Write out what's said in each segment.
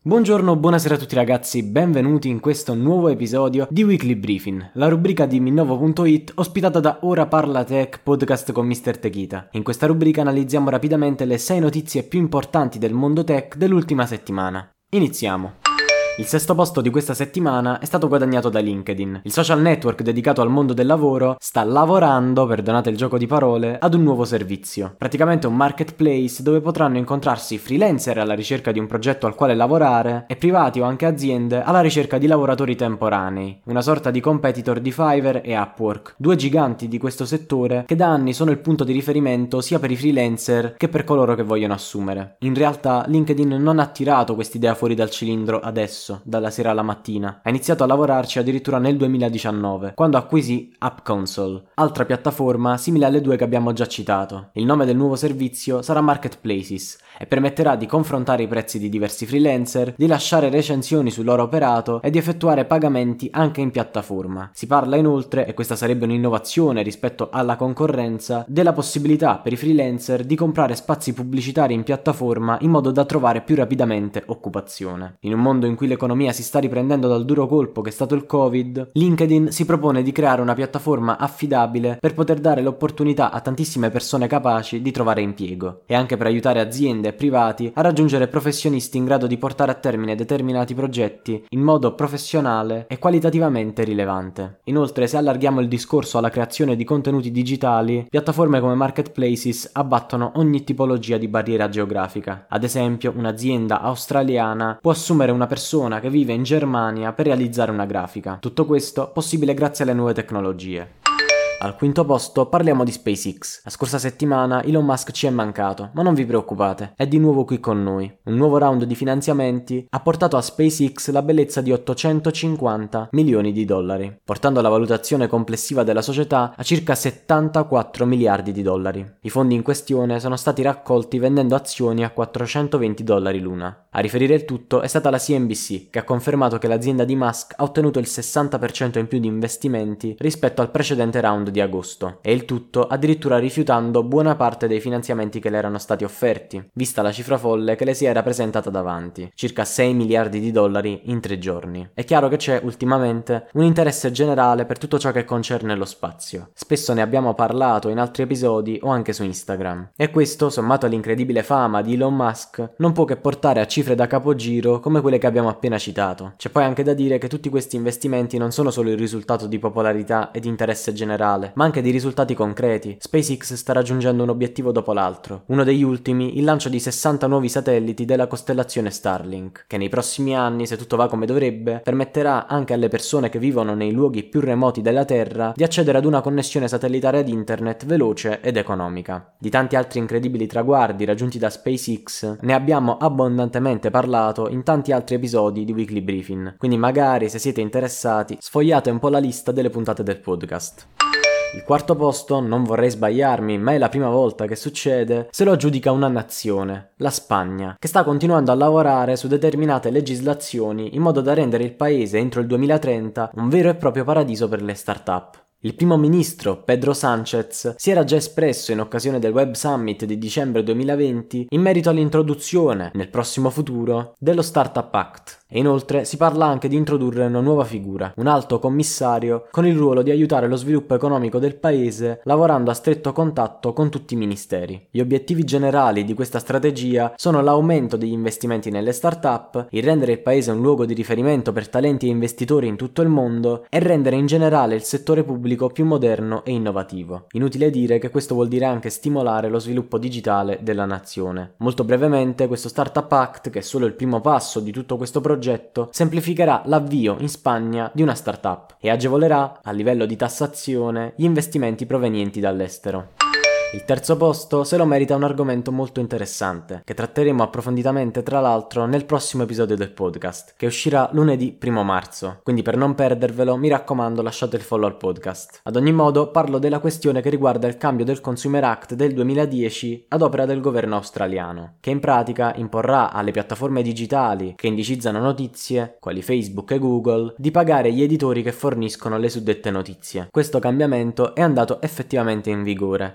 Buongiorno, buonasera a tutti ragazzi, benvenuti in questo nuovo episodio di Weekly Briefing, la rubrica di Minnovo.it ospitata da Ora Parla Tech, podcast con Mr. Techita. In questa rubrica analizziamo rapidamente le 6 notizie più importanti del mondo tech dell'ultima settimana. Iniziamo! Il sesto posto di questa settimana è stato guadagnato da LinkedIn. Il social network dedicato al mondo del lavoro sta lavorando, perdonate il gioco di parole, ad un nuovo servizio. Praticamente un marketplace dove potranno incontrarsi freelancer alla ricerca di un progetto al quale lavorare e privati o anche aziende alla ricerca di lavoratori temporanei. Una sorta di competitor di Fiverr e Upwork, due giganti di questo settore che da anni sono il punto di riferimento sia per i freelancer che per coloro che vogliono assumere. In realtà LinkedIn non ha tirato quest'idea fuori dal cilindro adesso, dalla sera alla mattina. Ha iniziato a lavorarci addirittura nel 2019, quando acquisì App Console, altra piattaforma simile alle due che abbiamo già citato. Il nome del nuovo servizio sarà Marketplaces e permetterà di confrontare i prezzi di diversi freelancer, di lasciare recensioni sul loro operato e di effettuare pagamenti anche in piattaforma. Si parla inoltre, e questa sarebbe un'innovazione rispetto alla concorrenza, della possibilità per i freelancer di comprare spazi pubblicitari in piattaforma in modo da trovare più rapidamente occupazione. In un mondo in cui l'economia si sta riprendendo dal duro colpo che è stato il Covid, LinkedIn si propone di creare una piattaforma affidabile per poter dare l'opportunità a tantissime persone capaci di trovare impiego e anche per aiutare aziende e privati a raggiungere professionisti in grado di portare a termine determinati progetti in modo professionale e qualitativamente rilevante. Inoltre, se allarghiamo il discorso alla creazione di contenuti digitali, piattaforme come Marketplaces abbattono ogni tipologia di barriera geografica. Ad esempio, un'azienda australiana può assumere una persona che vive in Germania per realizzare una grafica. Tutto questo possibile grazie alle nuove tecnologie. Al quinto posto parliamo di SpaceX. La scorsa settimana Elon Musk ci è mancato, ma non vi preoccupate, è di nuovo qui con noi. Un nuovo round di finanziamenti ha portato a SpaceX la bellezza di 850 milioni di dollari, portando la valutazione complessiva della società a circa 74 miliardi di dollari. I fondi in questione sono stati raccolti vendendo azioni a 420 dollari l'una. A riferire il tutto è stata la CNBC, che ha confermato che l'azienda di Musk ha ottenuto il 60% in più di investimenti rispetto al precedente round di agosto, e il tutto addirittura rifiutando buona parte dei finanziamenti che le erano stati offerti, vista la cifra folle che le si era presentata davanti, circa 6 miliardi di dollari in 3 giorni. È chiaro che c'è ultimamente un interesse generale per tutto ciò che concerne lo spazio. Spesso ne abbiamo parlato in altri episodi o anche su Instagram, e questo, sommato all'incredibile fama di Elon Musk, non può che portare a cifre da capogiro come quelle che abbiamo appena citato. C'è poi anche da dire che tutti questi investimenti non sono solo il risultato di popolarità e di interesse generale, ma anche di risultati concreti. SpaceX sta raggiungendo un obiettivo dopo l'altro. Uno degli ultimi, il lancio di 60 nuovi satelliti della costellazione Starlink, che nei prossimi anni, se tutto va come dovrebbe, permetterà anche alle persone che vivono nei luoghi più remoti della Terra di accedere ad una connessione satellitare ad internet veloce ed economica. Di tanti altri incredibili traguardi raggiunti da SpaceX ne abbiamo abbondantemente parlato in tanti altri episodi di Weekly Briefing, quindi magari, se siete interessati, sfogliate un po' la lista delle puntate del podcast. Il quarto posto, non vorrei sbagliarmi, ma è la prima volta che succede, se lo aggiudica una nazione, la Spagna, che sta continuando a lavorare su determinate legislazioni in modo da rendere il paese entro il 2030 un vero e proprio paradiso per le start-up. Il primo ministro Pedro Sánchez si era già espresso in occasione del Web Summit di dicembre 2020 in merito all'introduzione, nel prossimo futuro, dello Startup Act. E inoltre si parla anche di introdurre una nuova figura, un alto commissario con il ruolo di aiutare lo sviluppo economico del paese lavorando a stretto contatto con tutti i ministeri. Gli obiettivi generali di questa strategia sono l'aumento degli investimenti nelle start-up, il rendere il paese un luogo di riferimento per talenti e investitori in tutto il mondo e rendere in generale il settore pubblico più moderno e innovativo. Inutile dire che questo vuol dire anche stimolare lo sviluppo digitale della nazione. Molto brevemente, questo Startup Act, che è solo il primo passo di tutto questo progetto, semplificherà l'avvio in Spagna di una startup e agevolerà, a livello di tassazione, gli investimenti provenienti dall'estero. Il terzo posto se lo merita un argomento molto interessante, che tratteremo approfonditamente tra l'altro nel prossimo episodio del podcast, che uscirà lunedì 1 marzo, quindi per non perdervelo mi raccomando lasciate il follow al podcast. Ad ogni modo parlo della questione che riguarda il cambio del Consumer Act del 2010 ad opera del governo australiano, che in pratica imporrà alle piattaforme digitali che indicizzano notizie, quali Facebook e Google, di pagare gli editori che forniscono le suddette notizie. Questo cambiamento è andato effettivamente in vigore e in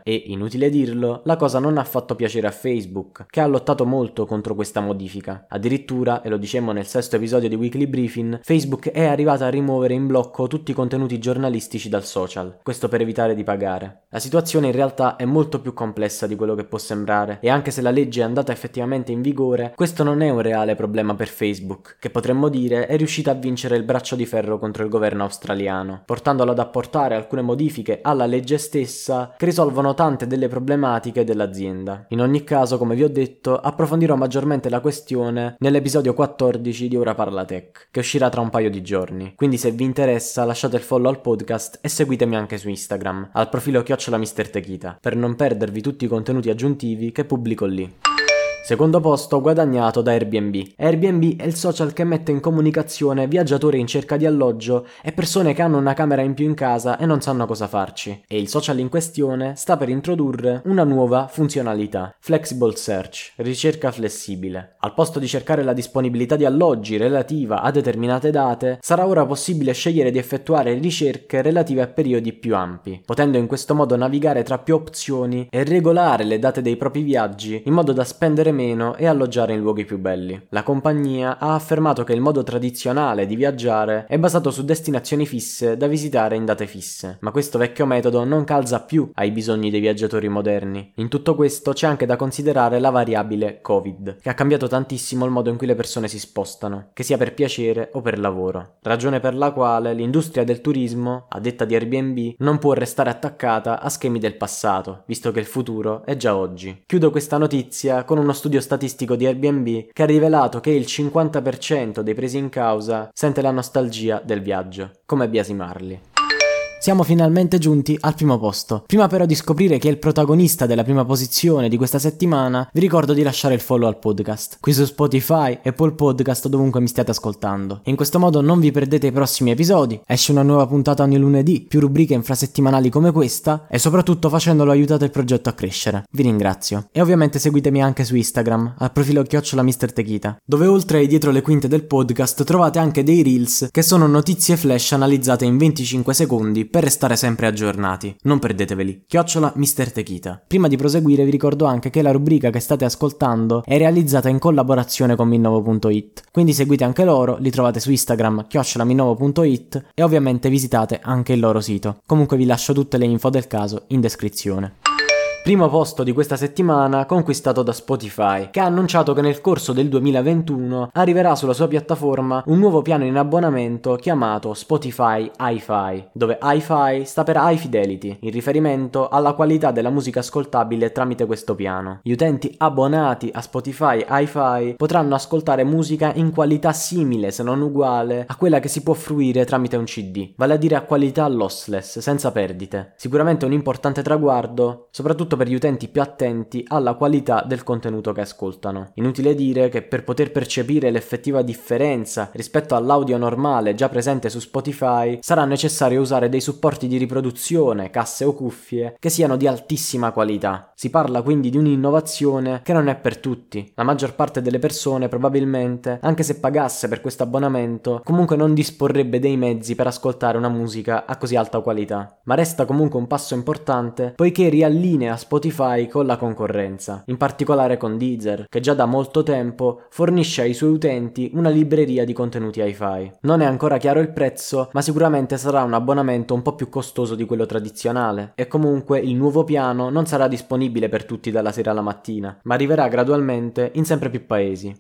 Inutile dirlo, la cosa non ha fatto piacere a Facebook, che ha lottato molto contro questa modifica. Addirittura, e lo dicemmo nel sesto episodio di Weekly Briefing, Facebook è arrivata a rimuovere in blocco tutti i contenuti giornalistici dal social, questo per evitare di pagare. La situazione in realtà è molto più complessa di quello che può sembrare, e anche se la legge è andata effettivamente in vigore, questo non è un reale problema per Facebook, che potremmo dire è riuscita a vincere il braccio di ferro contro il governo australiano, portandolo ad apportare alcune modifiche alla legge stessa che risolvono tante delle problematiche dell'azienda. In ogni caso, come vi ho detto, approfondirò maggiormente la questione nell'episodio 14 di Ora Parla Tech, che uscirà tra un paio di giorni. Quindi se vi interessa lasciate il follow al podcast e seguitemi anche su Instagram, al profilo @MrTechita, per non perdervi tutti i contenuti aggiuntivi che pubblico lì. Secondo posto guadagnato da Airbnb. Airbnb è il social che mette in comunicazione viaggiatori in cerca di alloggio e persone che hanno una camera in più in casa e non sanno cosa farci. E il social in questione sta per introdurre una nuova funzionalità, Flexible Search, ricerca flessibile. Al posto di cercare la disponibilità di alloggi relativa a determinate date, sarà ora possibile scegliere di effettuare ricerche relative a periodi più ampi, potendo in questo modo navigare tra più opzioni e regolare le date dei propri viaggi in modo da spendere meno e alloggiare in luoghi più belli. La compagnia ha affermato che il modo tradizionale di viaggiare è basato su destinazioni fisse da visitare in date fisse, ma questo vecchio metodo non calza più ai bisogni dei viaggiatori moderni. In tutto questo c'è anche da considerare la variabile Covid, che ha cambiato tantissimo il modo in cui le persone si spostano, che sia per piacere o per lavoro, ragione per la quale l'industria del turismo, a detta di Airbnb, non può restare attaccata a schemi del passato, visto che il futuro è già oggi. Chiudo questa notizia con uno studio statistico di Airbnb che ha rivelato che il 50% dei presi in causa sente la nostalgia del viaggio, come biasimarli. Siamo finalmente giunti al primo posto. Prima però di scoprire chi è il protagonista della prima posizione di questa settimana, vi ricordo di lasciare il follow al podcast, qui su Spotify, Apple Podcast o dovunque mi stiate ascoltando. In questo modo non vi perdete i prossimi episodi, esce una nuova puntata ogni lunedì, più rubriche infrasettimanali come questa e soprattutto facendolo aiutate il progetto a crescere. Vi ringrazio. E ovviamente seguitemi anche su Instagram, al profilo @MrTechita, dove oltre ai dietro le quinte del podcast trovate anche dei reels che sono notizie flash analizzate in 25 secondi per restare sempre aggiornati. Non perdeteveli. @MrTechita. Prima di proseguire vi ricordo anche che la rubrica che state ascoltando è realizzata in collaborazione con Minnovo.it, quindi seguite anche loro, li trovate su Instagram @Minnovo.it e ovviamente visitate anche il loro sito. Comunque vi lascio tutte le info del caso in descrizione. Primo posto di questa settimana conquistato da Spotify, che ha annunciato che nel corso del 2021 arriverà sulla sua piattaforma un nuovo piano in abbonamento chiamato Spotify Hi-Fi, dove Hi-Fi sta per High Fidelity, in riferimento alla qualità della musica ascoltabile tramite questo piano. Gli utenti abbonati a Spotify Hi-Fi potranno ascoltare musica in qualità simile, se non uguale, a quella che si può fruire tramite un CD, vale a dire a qualità lossless, senza perdite. Sicuramente un importante traguardo, soprattutto per gli utenti più attenti alla qualità del contenuto che ascoltano. Inutile dire che per poter percepire l'effettiva differenza rispetto all'audio normale già presente su Spotify sarà necessario usare dei supporti di riproduzione, casse o cuffie che siano di altissima qualità. Si parla quindi di un'innovazione che non è per tutti. La maggior parte delle persone probabilmente, anche se pagasse per questo abbonamento, comunque non disporrebbe dei mezzi per ascoltare una musica a così alta qualità. Ma resta comunque un passo importante poiché riallinea Spotify con la concorrenza, in particolare con Deezer, che già da molto tempo fornisce ai suoi utenti una libreria di contenuti hi-fi. Non è ancora chiaro il prezzo, ma sicuramente sarà un abbonamento un po' più costoso di quello tradizionale, e comunque il nuovo piano non sarà disponibile per tutti dalla sera alla mattina, ma arriverà gradualmente in sempre più paesi.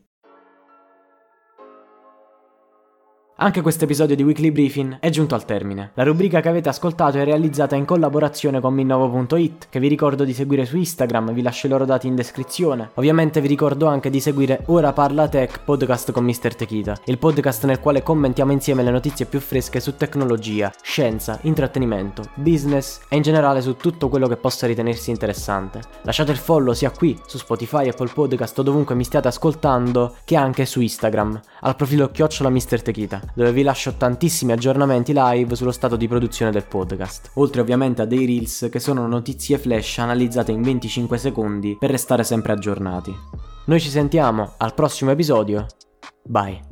Anche questo episodio di Weekly Briefing è giunto al termine. La rubrica che avete ascoltato è realizzata in collaborazione con Minnovo.it, che vi ricordo di seguire su Instagram, vi lascio i loro dati in descrizione. Ovviamente vi ricordo anche di seguire Ora Parla Tech Podcast con MrTechita, il podcast nel quale commentiamo insieme le notizie più fresche su tecnologia, scienza, intrattenimento, business e in generale su tutto quello che possa ritenersi interessante. Lasciate il follow sia qui, su Spotify, Apple Podcast o dovunque mi stiate ascoltando, che anche su Instagram, al profilo @MrTechita, dove vi lascio tantissimi aggiornamenti live sullo stato di produzione del podcast, oltre ovviamente a dei reels che sono notizie flash analizzate in 25 secondi per restare sempre aggiornati. Noi ci sentiamo al prossimo episodio, bye!